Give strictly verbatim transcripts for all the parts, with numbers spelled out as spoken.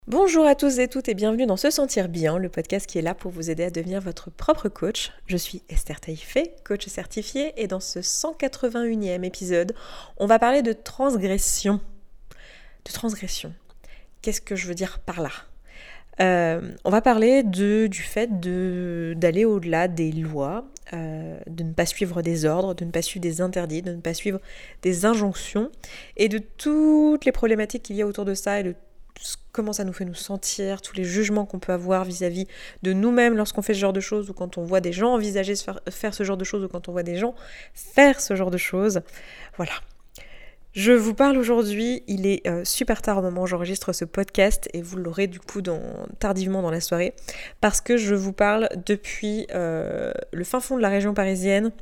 Bonjour à tous et toutes et bienvenue dans Se Sentir Bien, le podcast qui est là pour vous aider à devenir votre propre coach. Je suis Esther Taïfé, coach certifiée, et dans ce cent quatre-vingt-unième épisode, on va parler de transgression. De transgression. Qu'est-ce que je veux dire par là ? Euh, on va parler de, du fait de, d'aller au-delà des lois, euh, de ne pas suivre des ordres, de ne pas suivre des interdits, de ne pas suivre des injonctions, et de toutes les problématiques qu'il y a autour de ça, et de comment ça nous fait nous sentir, tous les jugements qu'on peut avoir vis-à-vis de nous-mêmes lorsqu'on fait ce genre de choses, ou quand on voit des gens envisager de faire, faire ce genre de choses, ou quand on voit des gens faire ce genre de choses. Voilà. Je vous parle aujourd'hui, il est euh, super tard au moment où j'enregistre ce podcast, et vous l'aurez du coup dans, tardivement dans la soirée, parce que je vous parle depuis euh, le fin fond de la région parisienne,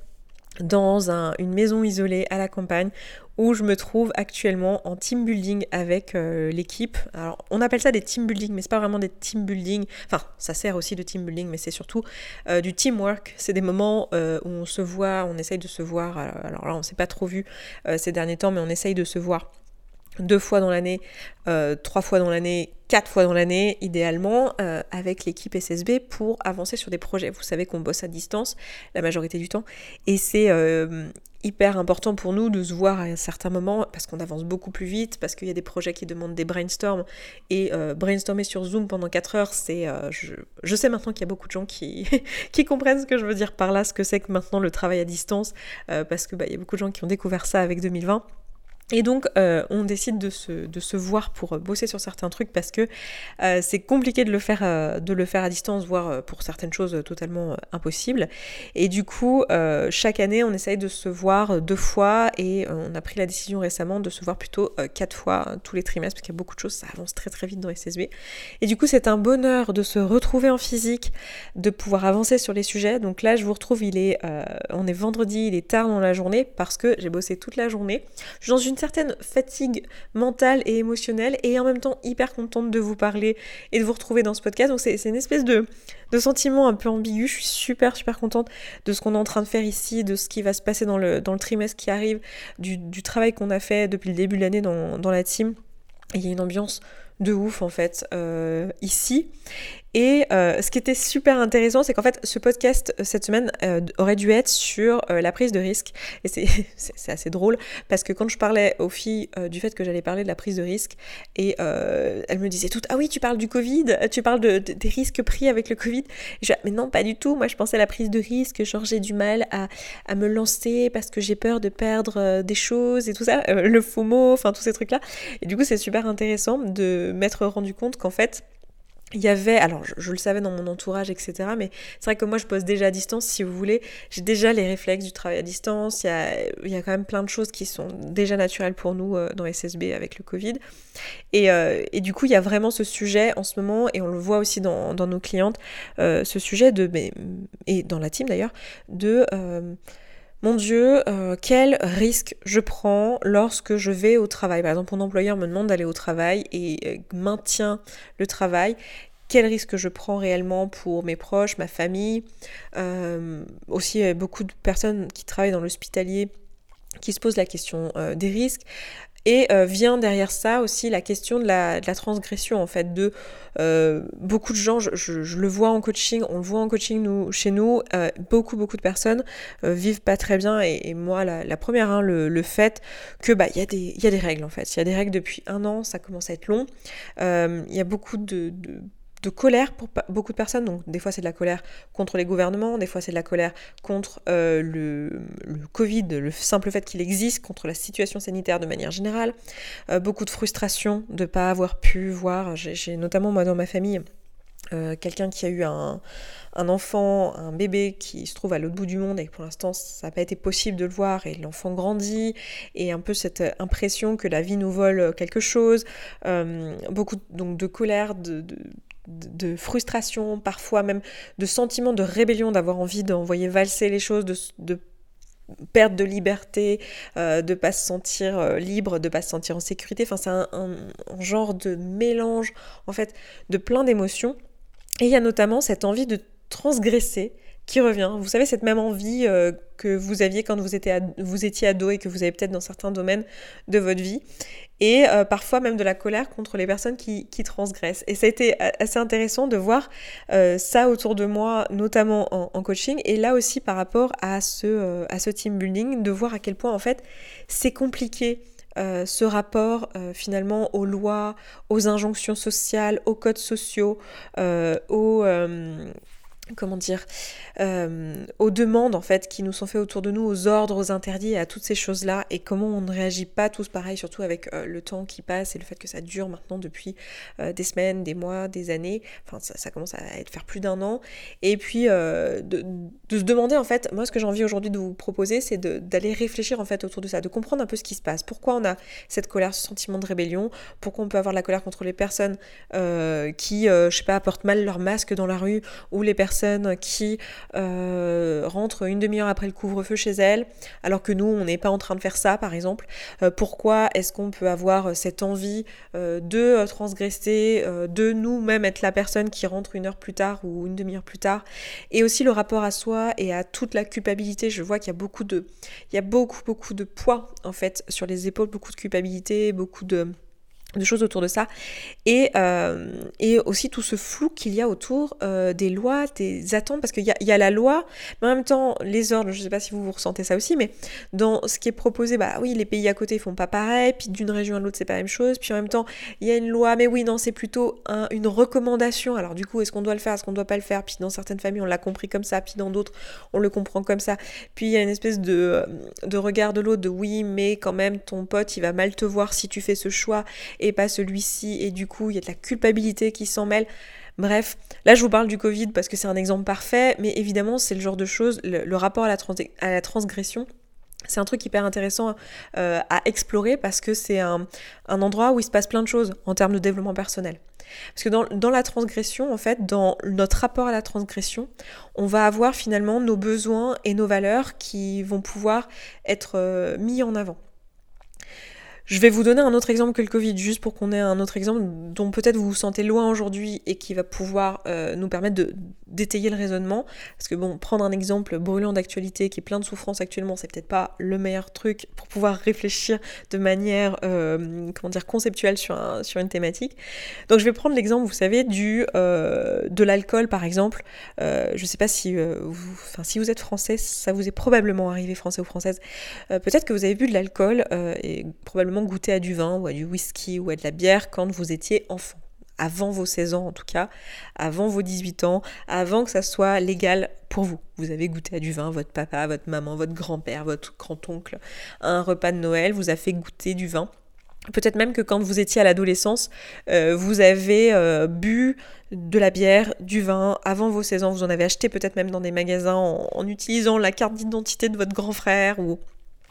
dans un, une maison isolée à la campagne, où je me trouve actuellement en team building avec euh, l'équipe. Alors on appelle ça des team building, mais c'est pas vraiment des team building, enfin ça sert aussi de team building, mais c'est surtout euh, du teamwork. C'est des moments euh, où on se voit, on essaye de se voir, alors là on s'est pas trop vu euh, ces derniers temps, mais on essaye de se voir deux fois dans l'année, euh, trois fois dans l'année, quatre fois dans l'année, idéalement, euh, avec l'équipe S S B pour avancer sur des projets. Vous savez qu'on bosse à distance la majorité du temps, et c'est euh, hyper important pour nous de se voir à un certain moment, parce qu'on avance beaucoup plus vite, parce qu'il y a des projets qui demandent des brainstorms, et euh, brainstormer sur Zoom pendant quatre heures, c'est... Euh, je, je sais maintenant qu'il y a beaucoup de gens qui, qui comprennent ce que je veux dire par là, ce que c'est que maintenant le travail à distance, euh, parce que bah, y a beaucoup de gens qui ont découvert ça avec deux mille vingt. Et donc, euh, on décide de se, de se voir pour bosser sur certains trucs, parce que euh, c'est compliqué de le faire, euh, de le faire à distance, voire euh, pour certaines choses euh, totalement euh, impossibles. Et du coup, euh, chaque année, on essaye de se voir deux fois, et euh, on a pris la décision récemment de se voir plutôt euh, quatre fois euh, tous les trimestres, parce qu'il y a beaucoup de choses, ça avance très très vite dans S S B. Et du coup, c'est un bonheur de se retrouver en physique, de pouvoir avancer sur les sujets. Donc là, je vous retrouve, il est, euh, on est vendredi, il est tard dans la journée, parce que j'ai bossé toute la journée. Je suis dans une certaine fatigue mentale et émotionnelle, et en même temps hyper contente de vous parler et de vous retrouver dans ce podcast. Donc c'est, c'est une espèce de, de sentiment un peu ambigu. Je suis super super contente de ce qu'on est en train de faire ici, de ce qui va se passer dans le, dans le trimestre qui arrive, du, du travail qu'on a fait depuis le début de l'année dans, dans la team. Et il y a une ambiance de ouf en fait euh, ici. Et euh, ce qui était super intéressant, c'est qu'en fait, ce podcast, cette semaine, euh, aurait dû être sur euh, la prise de risque. Et c'est, c'est, c'est assez drôle, parce que quand je parlais aux filles euh, du fait que j'allais parler de la prise de risque, et euh, elles me disaient toutes « Ah oui, tu parles du Covid, tu parles de, de, des risques pris avec le Covid ?» Et je dis « Mais non, pas du tout, moi je pensais à la prise de risque, genre j'ai du mal à, à me lancer parce que j'ai peur de perdre euh, des choses et tout ça, euh, le FOMO, enfin tous ces trucs-là. » Et du coup, c'est super intéressant de m'être rendu compte qu'en fait, il y avait, alors je, je le savais dans mon entourage, et cetera, mais c'est vrai que moi je bosse déjà à distance, si vous voulez, j'ai déjà les réflexes du travail à distance, il y a, il y a quand même plein de choses qui sont déjà naturelles pour nous euh, dans S S B avec le Covid, et, euh, et du coup il y a vraiment ce sujet en ce moment, et on le voit aussi dans, dans nos clientes, euh, ce sujet de, mais, et dans la team d'ailleurs, de... Euh, Mon Dieu, euh, quel risque je prends lorsque je vais au travail ? Par exemple, mon employeur me demande d'aller au travail et euh, maintient le travail. Quel risque je prends réellement pour mes proches, ma famille ? euh, Aussi, il y a beaucoup de personnes qui travaillent dans l'hospitalier qui se posent la question euh, des risques. Et euh, vient derrière ça aussi la question de la, de la transgression, en fait, de euh, beaucoup de gens, je, je, je le vois en coaching, on le voit en coaching nous, chez nous, euh, beaucoup beaucoup de personnes euh, vivent pas très bien, et, et moi la, la première, hein, le, le fait que bah il y a des il y a des règles en fait, il y a des règles depuis un an, ça commence à être long, euh, il y a beaucoup de, de de colère pour beaucoup de personnes, donc des fois c'est de la colère contre les gouvernements, des fois c'est de la colère contre euh, le, le Covid, le simple fait qu'il existe, contre la situation sanitaire de manière générale, euh, beaucoup de frustration de ne pas avoir pu voir, j'ai, j'ai notamment moi dans ma famille, Euh, quelqu'un qui a eu un, un enfant, un bébé qui se trouve à l'autre bout du monde, et pour l'instant ça n'a pas été possible de le voir, et l'enfant grandit, et un peu cette impression que la vie nous vole quelque chose, euh, beaucoup donc de colère, de, de de frustration, parfois même de sentiment de rébellion, d'avoir envie d'envoyer valser les choses, de, de perte de liberté, euh, de pas se sentir euh, libre, de pas se sentir en sécurité. Enfin, c'est un, un, un genre de mélange, en fait, de plein d'émotions. Et il y a notamment cette envie de transgresser qui revient. Vous savez, cette même envie euh, que vous aviez quand vous étiez, ad- vous étiez ado et que vous avez peut-être dans certains domaines de votre vie. Et euh, parfois même de la colère contre les personnes qui, qui transgressent. Et ça a été assez intéressant de voir euh, ça autour de moi, notamment en, en coaching, et là aussi par rapport à ce, euh, à ce team building, de voir à quel point en fait c'est compliqué euh, ce rapport euh, finalement aux lois, aux injonctions sociales, aux codes sociaux, euh, aux... Euh, comment dire, euh, aux demandes en fait qui nous sont faites autour de nous, aux ordres, aux interdits et à toutes ces choses-là, et comment on ne réagit pas tous pareil, surtout avec euh, le temps qui passe et le fait que ça dure maintenant depuis euh, des semaines, des mois, des années, enfin ça, ça commence à être faire plus d'un an, et puis euh, de, de se demander en fait, moi ce que j'ai envie aujourd'hui de vous proposer, c'est de, d'aller réfléchir en fait autour de ça, de comprendre un peu ce qui se passe, pourquoi on a cette colère, ce sentiment de rébellion, pourquoi on peut avoir de la colère contre les personnes euh, qui, euh, je sais pas, portent mal leur masque dans la rue, ou les personnes qui euh, rentrent une demi-heure après le couvre-feu chez elles, alors que nous, on n'est pas en train de faire ça, par exemple. Euh, pourquoi est-ce qu'on peut avoir cette envie euh, de transgresser, euh, de nous-mêmes être la personne qui rentre une heure plus tard ou une demi-heure plus tard, et aussi le rapport à soi et à toute la culpabilité. Je vois qu'il y a beaucoup de, il y a beaucoup, beaucoup de poids, en fait, sur les épaules, beaucoup de culpabilité, beaucoup de... de choses autour de ça, et, euh, et aussi tout ce flou qu'il y a autour euh, des lois, des attentes, parce qu'il y a, il y a la loi, mais en même temps, les ordres, je ne sais pas si vous, vous ressentez ça aussi, mais dans ce qui est proposé, bah oui, les pays à côté ne font pas pareil, puis d'une région à l'autre, c'est pas la même chose, puis en même temps, il y a une loi, mais oui, non, c'est plutôt un, une recommandation, alors du coup, est-ce qu'on doit le faire, est-ce qu'on ne doit pas le faire, puis dans certaines familles, on l'a compris comme ça, puis dans d'autres, on le comprend comme ça, puis il y a une espèce de, de regard de l'autre, de oui, mais quand même, ton pote, il va mal te voir si tu fais ce choix, et pas celui-ci, et du coup il y a de la culpabilité qui s'en mêle. Bref, là je vous parle du Covid parce que c'est un exemple parfait, mais évidemment c'est le genre de choses, le, le rapport à la, trans- à la transgression, c'est un truc hyper intéressant euh, à explorer parce que c'est un, un endroit où il se passe plein de choses en termes de développement personnel. Parce que dans, dans la transgression, en fait, dans notre rapport à la transgression, on va avoir finalement nos besoins et nos valeurs qui vont pouvoir être euh, mis en avant. Je vais vous donner un autre exemple que le Covid, juste pour qu'on ait un autre exemple dont peut-être vous vous sentez loin aujourd'hui et qui va pouvoir euh, nous permettre de, d'étayer le raisonnement. Parce que bon, prendre un exemple brûlant d'actualité qui est plein de souffrance actuellement, c'est peut-être pas le meilleur truc pour pouvoir réfléchir de manière euh, comment dire, conceptuelle sur, un, sur une thématique. Donc je vais prendre l'exemple, vous savez, du, euh, de l'alcool par exemple. Euh, je sais pas si, euh, vous, enfin, si vous êtes français, ça vous est probablement arrivé, français ou française. Euh, peut-être que vous avez bu de l'alcool euh, et probablement goûter à du vin ou à du whisky ou à de la bière quand vous étiez enfant, avant vos seize ans en tout cas, avant vos dix-huit ans, avant que ça soit légal pour vous. Vous avez goûté à du vin, votre papa, votre maman, votre grand-père, votre grand-oncle, à un repas de Noël vous a fait goûter du vin. Peut-être même que quand vous étiez à l'adolescence, euh, vous avez euh, bu de la bière, du vin, avant vos seize ans, vous en avez acheté peut-être même dans des magasins en, en utilisant la carte d'identité de votre grand frère ou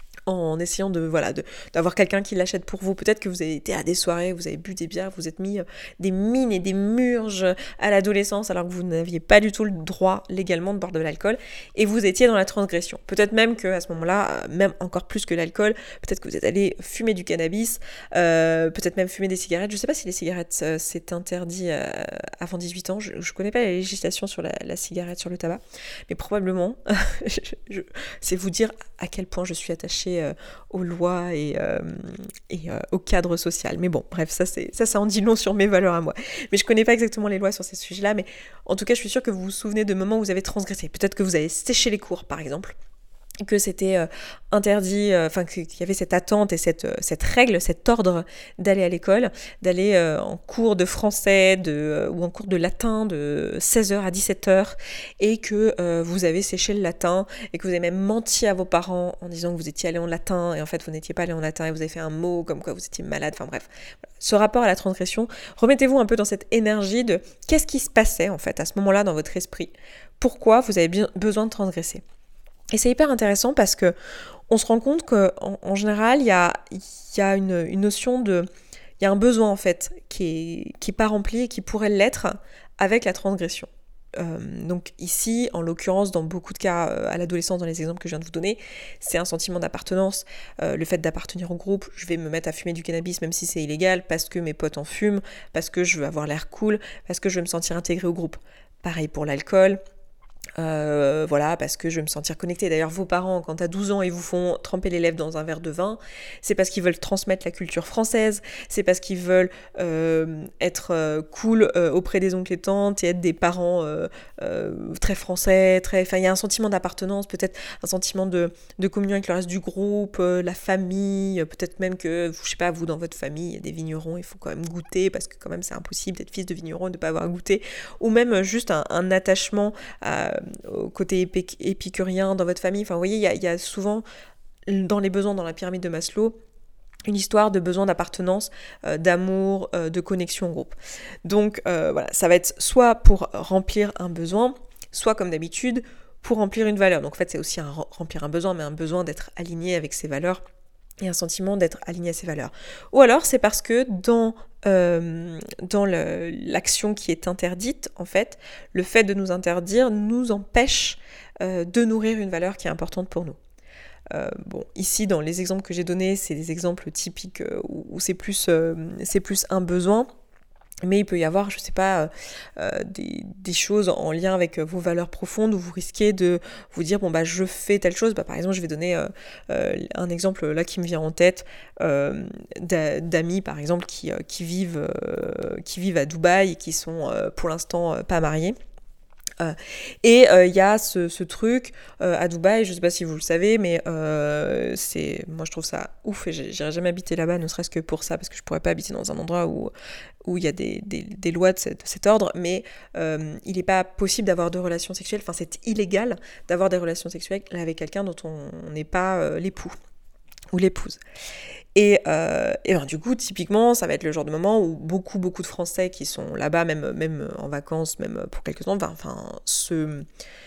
en essayant de voilà de, d'avoir quelqu'un qui l'achète pour vous. Peut-être que vous avez été à des soirées, vous avez bu des bières, vous êtes mis euh, des mines et des murges à l'adolescence alors que vous n'aviez pas du tout le droit légalement de boire de l'alcool et vous étiez dans la transgression. Peut-être même qu'à ce moment-là, même encore plus que l'alcool, peut-être que vous êtes allé fumer du cannabis, euh, peut-être même fumer des cigarettes. Je ne sais pas si les cigarettes euh, c'est interdit euh, avant dix-huit ans, je ne connais pas la législation sur la, la cigarette, sur le tabac, mais probablement, je, je, c'est vous dire à quel point je suis attachée Euh, aux lois et, euh, et euh, au cadre social. Mais bon, bref, ça, c'est, ça, ça en dit long sur mes valeurs à moi. Mais je connais pas exactement les lois sur ces sujets-là, mais en tout cas, je suis sûre que vous vous souvenez de moments où vous avez transgressé. Peut-être que vous avez séché les cours, par exemple, que c'était euh, interdit, enfin euh, qu'il y avait cette attente et cette, euh, cette règle, cet ordre d'aller à l'école, d'aller euh, en cours de français de, euh, ou en cours de latin de seize heures à dix-sept heures et que euh, vous avez séché le latin et que vous avez même menti à vos parents en disant que vous étiez allé en latin et en fait vous n'étiez pas allé en latin et vous avez fait un mot comme quoi vous étiez malade, enfin bref. Ce rapport à la transgression, remettez-vous un peu dans cette énergie de qu'est-ce qui se passait en fait à ce moment-là dans votre esprit, pourquoi vous avez bien besoin de transgresser. Et c'est hyper intéressant parce que on se rend compte qu'en en général, il y a, y a une, une notion de... Il y a un besoin en fait qui est, qui est pas rempli et qui pourrait l'être avec la transgression. Euh, donc ici, en l'occurrence, dans beaucoup de cas euh, à l'adolescence, dans les exemples que je viens de vous donner, c'est un sentiment d'appartenance, euh, le fait d'appartenir au groupe. Je vais me mettre à fumer du cannabis même si c'est illégal parce que mes potes en fument, parce que je veux avoir l'air cool, parce que je veux me sentir intégrée au groupe. Pareil pour l'alcool. Euh, voilà, parce que je vais me sentir connectée. D'ailleurs, vos parents, quand à douze ans, ils vous font tremper les lèvres dans un verre de vin, c'est parce qu'ils veulent transmettre la culture française, c'est parce qu'ils veulent euh, être euh, cool euh, auprès des oncles et tantes et être des parents euh, euh, très français, très... Enfin, il y a un sentiment d'appartenance, peut-être un sentiment de, de communion avec le reste du groupe, euh, la famille, peut-être même que, je sais pas, vous, dans votre famille, il y a des vignerons, il faut quand même goûter, parce que quand même, c'est impossible d'être fils de vigneron et de ne pas avoir goûté, ou même juste un, un attachement à au côté épic- épicurien dans votre famille. Enfin, vous voyez, il y a, il y a souvent, dans les besoins dans la pyramide de Maslow, une histoire de besoin d'appartenance, euh, d'amour, euh, de connexion au groupe. Donc, euh, voilà, ça va être soit pour remplir un besoin, soit, comme d'habitude, pour remplir une valeur. Donc, en fait, c'est aussi un, remplir un besoin, mais un besoin d'être aligné avec ses valeurs et un sentiment d'être aligné à ses valeurs. Ou alors, c'est parce que dans, euh, dans le, l'action qui est interdite, en fait, le fait de nous interdire nous empêche euh, de nourrir une valeur qui est importante pour nous. Euh, bon, ici, dans les exemples que j'ai donnés, c'est des exemples typiques euh, où, où c'est plus, euh, c'est plus un besoin. Mais il peut y avoir, je sais pas, euh, des, des choses en lien avec vos valeurs profondes où vous risquez de vous dire, bon bah je fais telle chose. Bah, par exemple, je vais donner euh, euh, un exemple là qui me vient en tête, euh, d'amis par exemple qui, euh, qui, vivent, euh, qui vivent à Dubaï et qui sont euh, pour l'instant euh, pas mariés. Euh, et il euh, y a ce, ce truc euh, à Dubaï, je sais pas si vous le savez, mais euh, c'est, moi je trouve ça ouf et j'irai jamais habiter là-bas, ne serait-ce que pour ça, parce que je pourrais pas habiter dans un endroit où où il y a des, des, des lois de, cette, de cet ordre, mais euh, il n'est pas possible d'avoir de relations sexuelles, enfin c'est illégal d'avoir des relations sexuelles avec quelqu'un dont on n'est pas euh, l'époux ou l'épouse. Et, euh, et ben, du coup, typiquement, ça va être le genre de moment où beaucoup, beaucoup de Français qui sont là-bas, même, même en vacances, même pour quelques temps, ben, enfin, se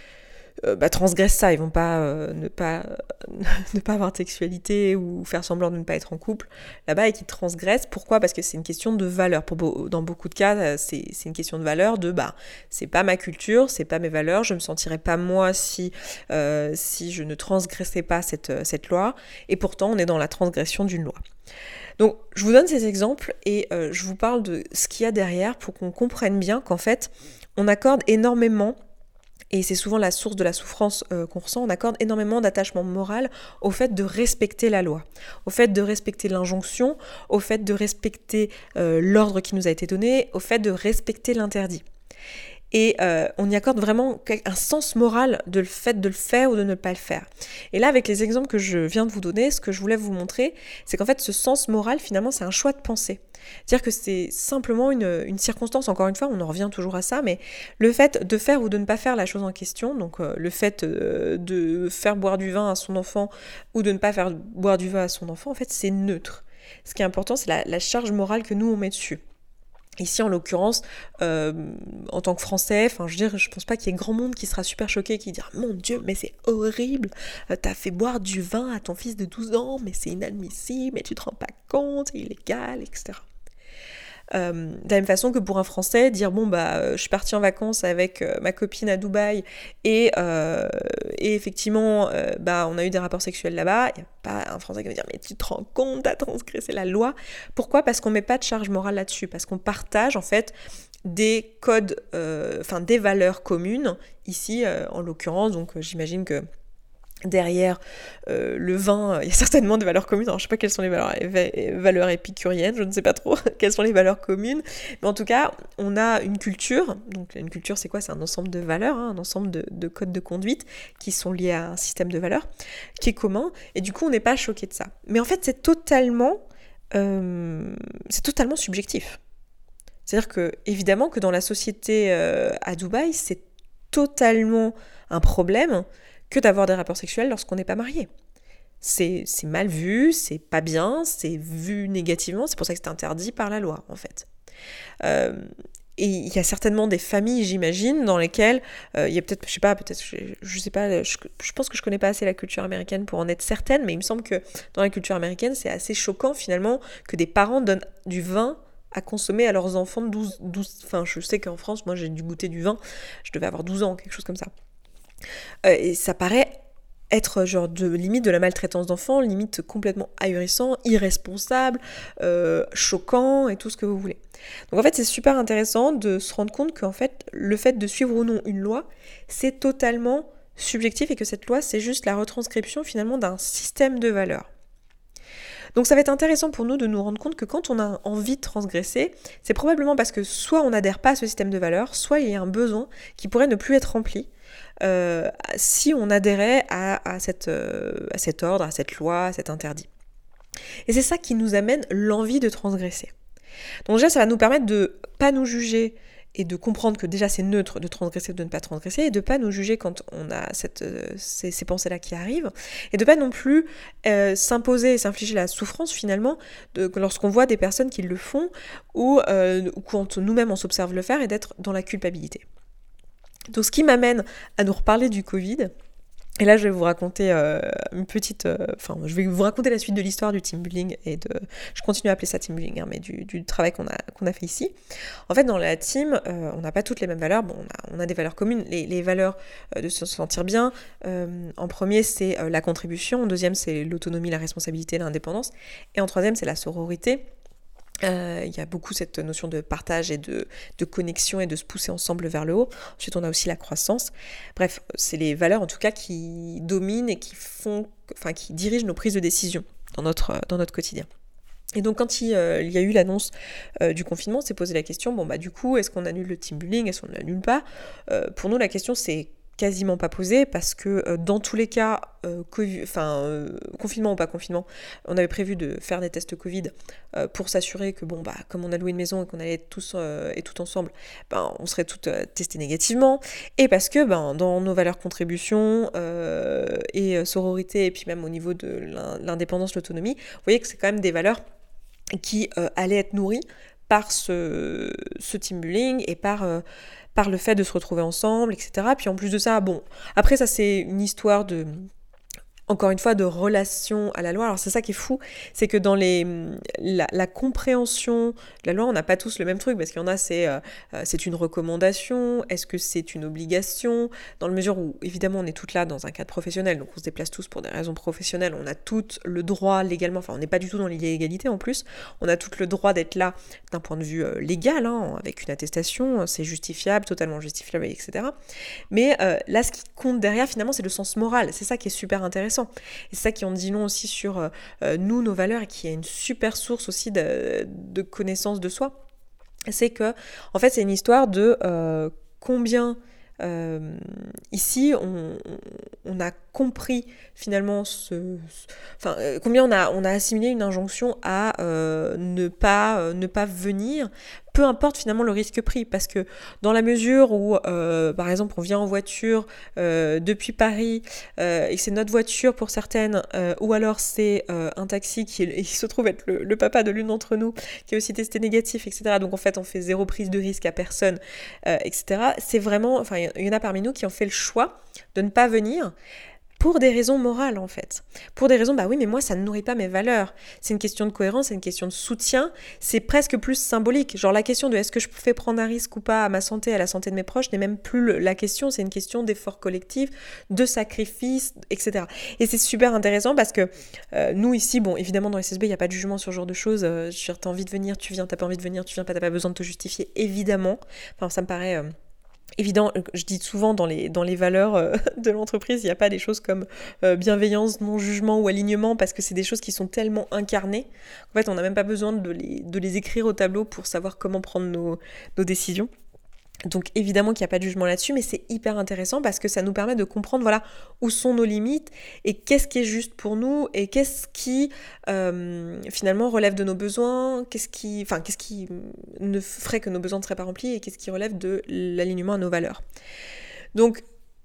euh, bah, transgressent ça. Ils vont pas, euh, ne, pas ne pas avoir de sexualité ou faire semblant de ne pas être en couple là-bas et qui transgressent. Pourquoi ? Parce que c'est une question de valeur. Pour beau, dans beaucoup de cas, c'est, c'est une question de valeur, de bah, c'est pas ma culture, c'est pas mes valeurs, je me sentirais pas moi si, euh, si je ne transgressais pas cette, cette loi. Et pourtant, on est dans la transgression d'une loi. Donc, je vous donne ces exemples et euh, je vous parle de ce qu'il y a derrière pour qu'on comprenne bien qu'en fait, on accorde énormément, et c'est souvent la source de la souffrance euh, qu'on ressent, on accorde énormément d'attachement moral au fait de respecter la loi, au fait de respecter l'injonction, au fait de respecter euh, l'ordre qui nous a été donné, au fait de respecter l'interdit. Et euh, on y accorde vraiment un sens moral de le fait de le faire ou de ne pas le faire. Et là, avec les exemples que je viens de vous donner, ce que je voulais vous montrer, c'est qu'en fait, ce sens moral, finalement, c'est un choix de pensée. C'est-à-dire que c'est simplement une, une circonstance, encore une fois, on en revient toujours à ça, mais le fait de faire ou de ne pas faire la chose en question, donc euh, le fait euh, de faire boire du vin à son enfant ou de ne pas faire boire du vin à son enfant, en fait, c'est neutre. Ce qui est important, c'est la, la charge morale que nous, on met dessus. Ici, en l'occurrence, euh, en tant que Français, enfin, je veux dire, je pense pas qu'il y ait grand monde qui sera super choqué, qui dira « Mon Dieu, mais c'est horrible, t'as fait boire du vin à ton fils de douze ans, mais c'est inadmissible, mais tu te rends pas compte, c'est illégal, et cetera » Euh, de la même façon que pour un Français, dire bon bah euh, je suis partie en vacances avec euh, ma copine à Dubaï et, euh, et effectivement euh, bah on a eu des rapports sexuels là-bas, il n'y a pas un Français qui va dire mais tu te rends compte, t'as transgressé la loi. Pourquoi ? Parce qu'on met pas de charge morale là-dessus, parce qu'on partage en fait des codes, enfin euh, des valeurs communes. Ici euh, en l'occurrence, donc euh, j'imagine que derrière euh, le vin, il y a certainement des valeurs communes. Alors, je ne sais pas quelles sont les valeurs, valeurs épicuriennes, je ne sais pas trop quelles sont les valeurs communes. Mais en tout cas, on a une culture. Donc, une culture, c'est quoi ? C'est un ensemble de valeurs, hein, un ensemble de, de codes de conduite qui sont liés à un système de valeurs qui est commun. Et du coup, on n'est pas choqué de ça. Mais en fait, c'est totalement, euh, c'est totalement subjectif. C'est-à-dire que, évidemment, que dans la société euh, à Dubaï, c'est totalement un problème que d'avoir des rapports sexuels lorsqu'on n'est pas marié. C'est, c'est mal vu, c'est pas bien, c'est vu négativement, c'est pour ça que c'est interdit par la loi, en fait. Euh, et il y a certainement des familles, j'imagine, dans lesquelles euh, il y a peut-être, je sais pas, peut-être, je, je sais pas, je, je pense que je connais pas assez la culture américaine pour en être certaine, mais il me semble que dans la culture américaine, c'est assez choquant, finalement, que des parents donnent du vin à consommer à leurs enfants de douze, douze, enfin, je sais qu'en France, moi, j'ai dû goûter du vin, je devais avoir douze ans, quelque chose comme ça. Euh, et ça paraît être genre de limite de la maltraitance d'enfants, limite complètement ahurissant, irresponsable, euh, choquant et tout ce que vous voulez. Donc en fait c'est super intéressant de se rendre compte qu'en fait le fait de suivre ou non une loi, c'est totalement subjectif et que cette loi c'est juste la retranscription finalement d'un système de valeurs. Donc ça va être intéressant pour nous de nous rendre compte que quand on a envie de transgresser, c'est probablement parce que soit on n'adhère pas à ce système de valeurs, soit il y a un besoin qui pourrait ne plus être rempli euh, si on adhérait à, à, cette, euh, à cet ordre, à cette loi, à cet interdit. Et c'est ça qui nous amène l'envie de transgresser. Donc déjà ça va nous permettre de ne pas nous juger et de comprendre que déjà c'est neutre de transgresser ou de ne pas transgresser, et de pas nous juger quand on a cette, euh, ces, ces pensées-là qui arrivent, et de pas non plus euh, s'imposer et s'infliger la souffrance finalement de, lorsqu'on voit des personnes qui le font, ou, euh, ou quand nous-mêmes on s'observe le faire, et d'être dans la culpabilité. Donc ce qui m'amène à nous reparler du Covid. Et là, je vais vous raconter euh, une petite... Enfin, euh, je vais vous raconter la suite de l'histoire du team building et de... Je continue à appeler ça team building, hein, mais du, du travail qu'on a, qu'on a fait ici. En fait, dans la team, euh, on n'a pas toutes les mêmes valeurs. Bon, on a, on a des valeurs communes. Les, les valeurs euh, de se sentir bien, euh, en premier, c'est euh, la contribution. En deuxième, c'est l'autonomie, la responsabilité, l'indépendance. Et en troisième, c'est la sororité. Euh, il y a beaucoup cette notion de partage et de, de connexion et de se pousser ensemble vers le haut. Ensuite, on a aussi la croissance. Bref, c'est les valeurs en tout cas qui dominent et qui font, enfin qui dirigent nos prises de décision dans notre, dans notre quotidien. Et donc quand il, euh, il y a eu l'annonce euh, du confinement, on s'est posé la question, bon bah du coup, est-ce qu'on annule le team building, est-ce qu'on ne l'annule pas euh, Pour nous, la question c'est quasiment pas posé parce que euh, dans tous les cas, euh, COVID, enfin, euh, confinement ou pas confinement, on avait prévu de faire des tests Covid euh, pour s'assurer que bon bah comme on a loué une maison et qu'on allait être tous euh, et tout ensemble, ben on serait toutes euh, testées négativement, et parce que ben dans nos valeurs contribution euh, et euh, sororité, et puis même au niveau de l'indépendance, l'autonomie, vous voyez que c'est quand même des valeurs qui euh, allaient être nourries par ce, ce team building et par euh, par le fait de se retrouver ensemble, et cetera. Puis en plus de ça, bon, après ça c'est une histoire de, encore une fois, de relation à la loi. Alors c'est ça qui est fou, c'est que dans les, la, la compréhension de la loi, on n'a pas tous le même truc, parce qu'il y en a, c'est, euh, c'est une recommandation, est-ce que c'est une obligation, dans la mesure où, évidemment, on est toutes là dans un cadre professionnel, donc on se déplace tous pour des raisons professionnelles, on a toutes le droit légalement, enfin on n'est pas du tout dans l'illégalité en plus, on a toutes le droit d'être là d'un point de vue euh, légal, hein, avec une attestation, c'est justifiable, totalement justifiable, et cetera. Mais euh, là, ce qui compte derrière, finalement, c'est le sens moral, c'est ça qui est super intéressant. Et c'est ça qui en dit long aussi sur euh, nous, nos valeurs, et qui est une super source aussi de, de connaissance de soi. C'est que, en fait, c'est une histoire de euh, combien euh, ici on, on a compris finalement ce, ce enfin euh, combien on a on a assimilé une injonction à euh, ne pas euh, ne pas venir, peu importe finalement le risque pris, parce que dans la mesure où euh, par exemple on vient en voiture euh, depuis Paris euh, et que c'est notre voiture pour certaines, euh, ou alors c'est euh, un taxi qui, est, qui se trouve être le, le papa de l'une d'entre nous qui est aussi testé négatif, et cetera. Donc en fait on fait zéro prise de risque à personne, euh, et cetera. C'est vraiment, enfin il y en a parmi nous qui ont fait le choix de ne pas venir pour des raisons morales en fait. Pour des raisons, bah oui mais moi ça ne nourrit pas mes valeurs. C'est une question de cohérence, c'est une question de soutien, c'est presque plus symbolique. Genre la question de est-ce que je fais prendre un risque ou pas à ma santé, à la santé de mes proches, n'est même plus la question, c'est une question d'effort collectif, de sacrifice, et cetera. Et c'est super intéressant parce que euh, nous ici, bon évidemment dans les S S B il n'y a pas de jugement sur ce genre de choses, euh, genre t'as envie de venir, tu viens, t'as pas envie de venir, tu viens pas, t'as pas besoin de te justifier, évidemment. Enfin ça me paraît... Euh, évident, je dis souvent dans les, dans les valeurs euh, de l'entreprise, il n'y a pas des choses comme euh, bienveillance, non-jugement ou alignement, parce que c'est des choses qui sont tellement incarnées. En fait, on n'a même pas besoin de les, de les écrire au tableau pour savoir comment prendre nos, nos décisions. Donc évidemment qu'il n'y a pas de jugement là-dessus, mais c'est hyper intéressant parce que ça nous permet de comprendre voilà, où sont nos limites et qu'est-ce qui est juste pour nous et qu'est-ce qui euh, finalement relève de nos besoins, qu'est-ce qui, enfin, qu'est-ce qui ne ferait que nos besoins ne seraient pas remplis et qu'est-ce qui relève de l'alignement à nos valeurs. Donc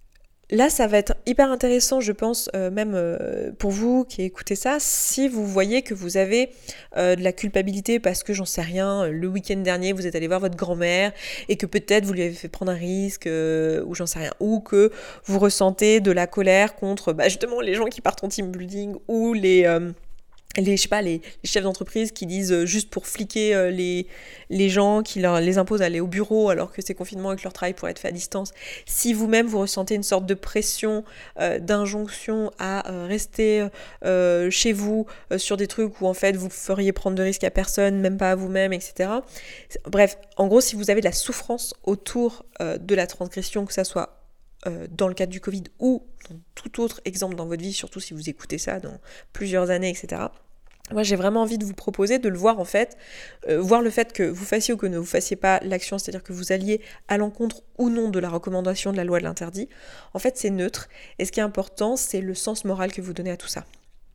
là, ça va être hyper intéressant, je pense, euh, même euh, pour vous qui écoutez ça, si vous voyez que vous avez euh, de la culpabilité parce que, j'en sais rien, le week-end dernier, vous êtes allé voir votre grand-mère et que peut-être vous lui avez fait prendre un risque, euh, ou j'en sais rien, ou que vous ressentez de la colère contre bah, justement les gens qui partent en team building ou les... Euh, les, je sais pas, les, les chefs d'entreprise qui disent euh, juste pour fliquer euh, les, les gens, qui leur, les imposent d'aller au bureau alors que c'est confinement et que leur travail pourrait être fait à distance. Si vous-même vous ressentez une sorte de pression, euh, d'injonction à euh, rester euh, chez vous euh, sur des trucs où en fait vous feriez prendre de risques à personne, même pas à vous-même, et cetera. Bref, en gros, si vous avez de la souffrance autour euh, de la transgression, que ça soit euh, dans le cadre du Covid ou dans tout autre exemple dans votre vie, surtout si vous écoutez ça dans plusieurs années, et cetera. Moi, j'ai vraiment envie de vous proposer de le voir en fait, euh, voir le fait que vous fassiez ou que ne vous fassiez pas l'action, c'est-à-dire que vous alliez à l'encontre ou non de la recommandation de la loi de l'interdit. En fait, c'est neutre. Et ce qui est important, c'est le sens moral que vous donnez à tout ça.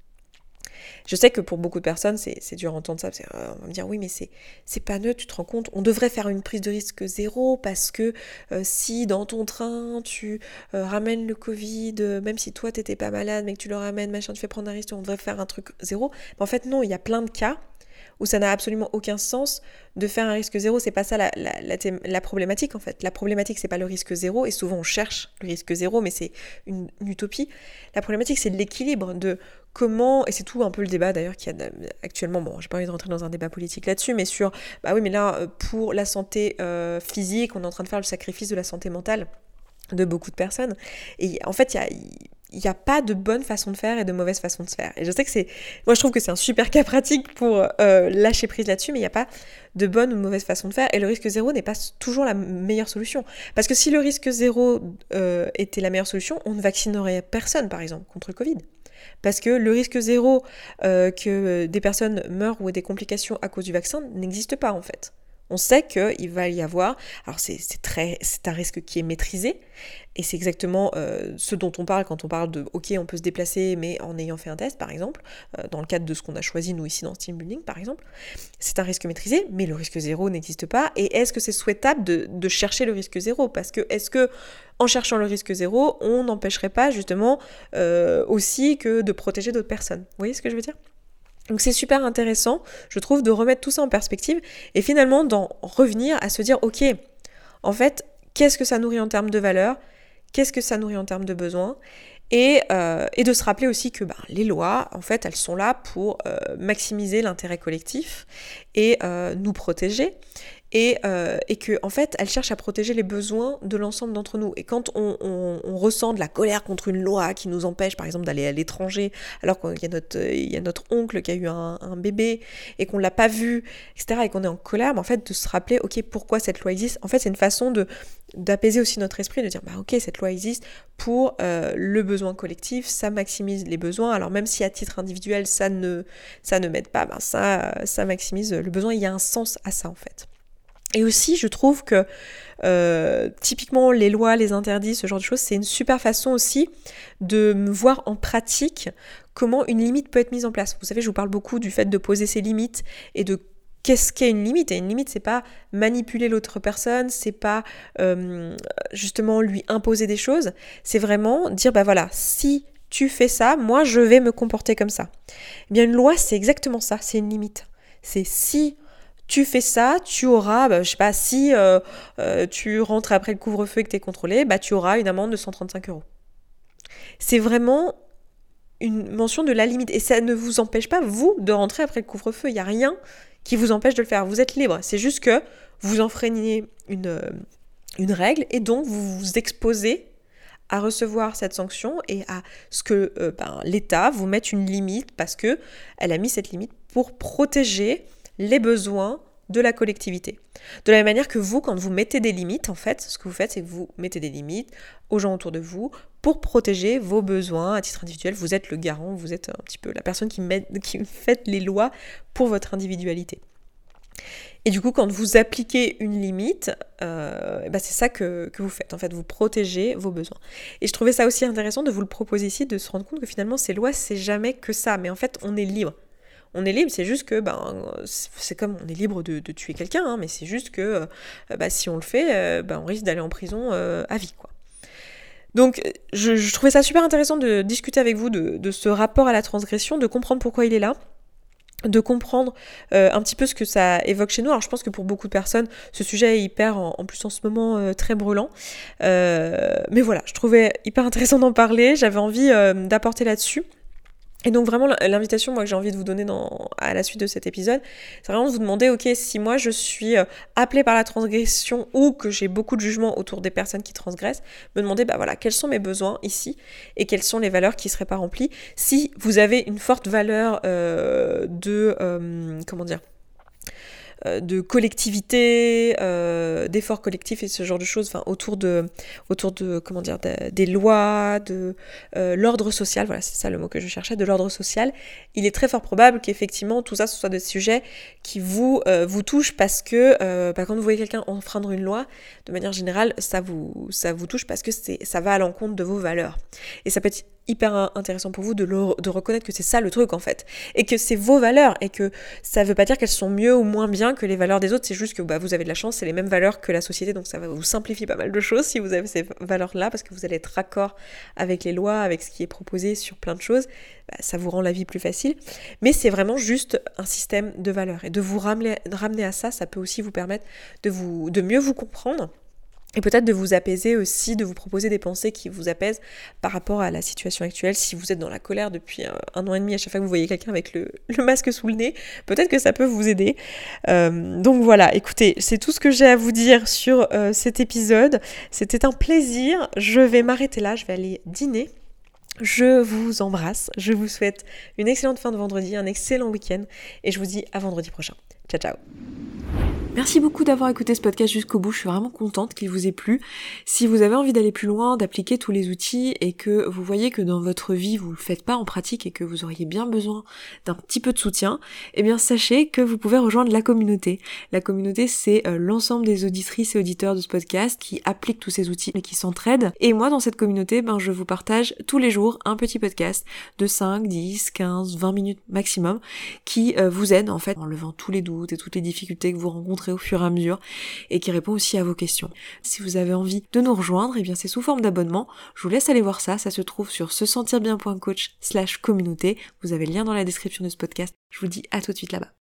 Je sais que pour beaucoup de personnes, c'est, c'est dur à entendre ça, parce qu'on euh, va me dire oui, mais c'est, c'est pas neutre, tu te rends compte, on devrait faire une prise de risque zéro, parce que euh, si dans ton train, tu euh, ramènes le Covid, euh, même si toi t'étais pas malade, mais que tu le ramènes, machin, tu fais prendre un risque, on devrait faire un truc zéro. Mais en fait non, il y a plein de cas où ça n'a absolument aucun sens de faire un risque zéro. C'est pas ça la, la, la, thém- la problématique en fait. La problématique, c'est pas le risque zéro, et souvent on cherche le risque zéro, mais c'est une, une utopie. La problématique, c'est de l'équilibre de comment, et c'est tout un peu le débat d'ailleurs qu'il y a actuellement, bon, j'ai pas envie de rentrer dans un débat politique là-dessus, mais sur, bah oui, mais là, pour la santé euh, physique, on est en train de faire le sacrifice de la santé mentale de beaucoup de personnes. Et en fait, il y a... il n'y a pas de bonne façon de faire et de mauvaise façon de se faire. Et je sais que c'est... Moi, je trouve que c'est un super cas pratique pour euh, lâcher prise là-dessus, mais il n'y a pas de bonne ou de mauvaise façon de faire. Et le risque zéro n'est pas toujours la meilleure solution. Parce que si le risque zéro euh, était la meilleure solution, on ne vaccinerait personne, par exemple, contre le Covid. Parce que le risque zéro euh, que des personnes meurent ou aient des complications à cause du vaccin n'existe pas, en fait. On sait qu'il va y avoir, alors c'est, c'est, très, c'est un risque qui est maîtrisé, et c'est exactement euh, ce dont on parle quand on parle de, ok, on peut se déplacer, mais en ayant fait un test, par exemple, euh, dans le cadre de ce qu'on a choisi, nous, ici, dans Team Building, par exemple. C'est un risque maîtrisé, mais le risque zéro n'existe pas, et est-ce que c'est souhaitable de, de chercher le risque zéro ? Parce que, est-ce que, en cherchant le risque zéro, on n'empêcherait pas, justement, euh, aussi que de protéger d'autres personnes ? Vous voyez ce que je veux dire ? Donc c'est super intéressant, je trouve, de remettre tout ça en perspective et finalement d'en revenir à se dire, ok, en fait, qu'est-ce que ça nourrit en termes de valeurs ? Qu'est-ce que ça nourrit en termes de besoins ? Et, euh, et de se rappeler aussi que ben, les lois, en fait, elles sont là pour euh, maximiser l'intérêt collectif et euh, nous protéger. Et, euh, et que en fait, elle cherche à protéger les besoins de l'ensemble d'entre nous. Et quand on, on, on ressent de la colère contre une loi qui nous empêche, par exemple, d'aller à l'étranger, alors qu'il y a notre, il y a notre oncle qui a eu un, un bébé et qu'on l'a pas vu, et cetera, et qu'on est en colère, mais en fait, de se rappeler, ok, pourquoi cette loi existe ? En fait, c'est une façon de d'apaiser aussi notre esprit, de dire, bah ok, cette loi existe pour euh, le besoin collectif, ça maximise les besoins. Alors même si à titre individuel, ça ne, ça ne m'aide pas, ben ça, ça maximise le besoin. Il y a un sens à ça, en fait. Et aussi, je trouve que euh, typiquement les lois, les interdits, ce genre de choses, c'est une super façon aussi de me voir en pratique comment une limite peut être mise en place. Vous savez, je vous parle beaucoup du fait de poser ses limites et de qu'est-ce qu'est une limite. Et une limite, c'est pas manipuler l'autre personne, c'est pas euh, justement lui imposer des choses, c'est vraiment dire, bah voilà, si tu fais ça, moi je vais me comporter comme ça. Eh bien, une loi, c'est exactement ça, c'est une limite. C'est si tu fais ça, tu auras, bah, je sais pas, si euh, euh, tu rentres après le couvre-feu et que tu es contrôlé, bah, tu auras une amende de cent trente-cinq euros. C'est vraiment une mention de la limite. Et ça ne vous empêche pas, vous, de rentrer après le couvre-feu. Il n'y a rien qui vous empêche de le faire. Vous êtes libre. C'est juste que vous enfreignez une, une règle et donc vous vous exposez à recevoir cette sanction et à ce que euh, ben, l'État vous mette une limite parce qu'elle a mis cette limite pour protéger les besoins de la collectivité. De la même manière que vous, quand vous mettez des limites, en fait, ce que vous faites, c'est que vous mettez des limites aux gens autour de vous pour protéger vos besoins à titre individuel. Vous êtes le garant, vous êtes un petit peu la personne qui, met, qui fait les lois pour votre individualité. Et du coup, quand vous appliquez une limite, euh, bah c'est ça que, que vous faites. En fait, vous protégez vos besoins. Et je trouvais ça aussi intéressant de vous le proposer ici, de se rendre compte que finalement, ces lois, c'est jamais que ça. Mais en fait, on est libre. On est libre, c'est juste que, ben, c'est comme on est libre de, de tuer quelqu'un, hein, mais c'est juste que euh, bah, si on le fait, euh, bah, on risque d'aller en prison euh, à vie, quoi. Donc, je, je trouvais ça super intéressant de discuter avec vous de, de ce rapport à la transgression, de comprendre pourquoi il est là, de comprendre euh, un petit peu ce que ça évoque chez nous. Alors je pense que pour beaucoup de personnes, ce sujet est hyper, en, en plus en ce moment, euh, très brûlant. Euh, mais voilà, je trouvais hyper intéressant d'en parler, j'avais envie euh, d'apporter là-dessus. Et donc vraiment l'invitation moi que j'ai envie de vous donner dans, à la suite de cet épisode, c'est vraiment de vous demander, ok, si moi je suis appelée par la transgression ou que j'ai beaucoup de jugements autour des personnes qui transgressent, me demander bah voilà, quels sont mes besoins ici et quelles sont les valeurs qui ne seraient pas remplies. Si vous avez une forte valeur euh, de, euh, comment dire, de collectivité, euh, d'efforts collectifs et ce genre de choses, enfin autour de, autour de, comment dire, de, des lois, de euh, l'ordre social, voilà, c'est ça le mot que je cherchais, de l'ordre social. Il est très fort probable qu'effectivement tout ça ce soit des sujets qui vous euh, vous touchent parce que euh, bah, quand vous voyez quelqu'un enfreindre une loi, de manière générale, ça vous ça vous touche parce que c'est ça va à l'encontre de vos valeurs. Et ça peut être hyper intéressant pour vous de, le, de reconnaître que c'est ça le truc en fait, et que c'est vos valeurs, et que ça veut pas dire qu'elles sont mieux ou moins bien que les valeurs des autres, c'est juste que bah, vous avez de la chance, c'est les mêmes valeurs que la société, donc ça va vous simplifier pas mal de choses si vous avez ces valeurs-là, parce que vous allez être raccord avec les lois, avec ce qui est proposé sur plein de choses, bah, ça vous rend la vie plus facile, mais c'est vraiment juste un système de valeurs, et de vous ramener, ramener à ça, ça peut aussi vous permettre de, vous, de mieux vous comprendre, et peut-être de vous apaiser aussi, de vous proposer des pensées qui vous apaisent par rapport à la situation actuelle. Si vous êtes dans la colère depuis un, un an et demi, à chaque fois que vous voyez quelqu'un avec le, le masque sous le nez, peut-être que ça peut vous aider. Euh, donc voilà, écoutez, c'est tout ce que j'ai à vous dire sur euh, cet épisode. C'était un plaisir. Je vais m'arrêter là, je vais aller dîner. Je vous embrasse, je vous souhaite une excellente fin de vendredi, un excellent week-end, et je vous dis à vendredi prochain. Ciao, ciao. Merci beaucoup d'avoir écouté ce podcast jusqu'au bout, je suis vraiment contente qu'il vous ait plu. Si vous avez envie d'aller plus loin, d'appliquer tous les outils et que vous voyez que dans votre vie vous le faites pas en pratique et que vous auriez bien besoin d'un petit peu de soutien, eh bien sachez que vous pouvez rejoindre la communauté. La communauté, c'est euh, l'ensemble des auditrices et auditeurs de ce podcast qui appliquent tous ces outils et qui s'entraident. Et moi dans cette communauté, ben je vous partage tous les jours un petit podcast de cinq, dix, quinze, vingt minutes maximum qui euh, vous aide en fait en levant tous les doutes et toutes les difficultés que vous rencontrez au fur et à mesure et qui répond aussi à vos questions. Si vous avez envie de nous rejoindre, eh bien c'est sous forme d'abonnement. Je vous laisse aller voir ça, ça se trouve sur se sentir bien point coach slash communauté. Vous avez le lien dans la description de ce podcast. Je vous dis à tout de suite là-bas.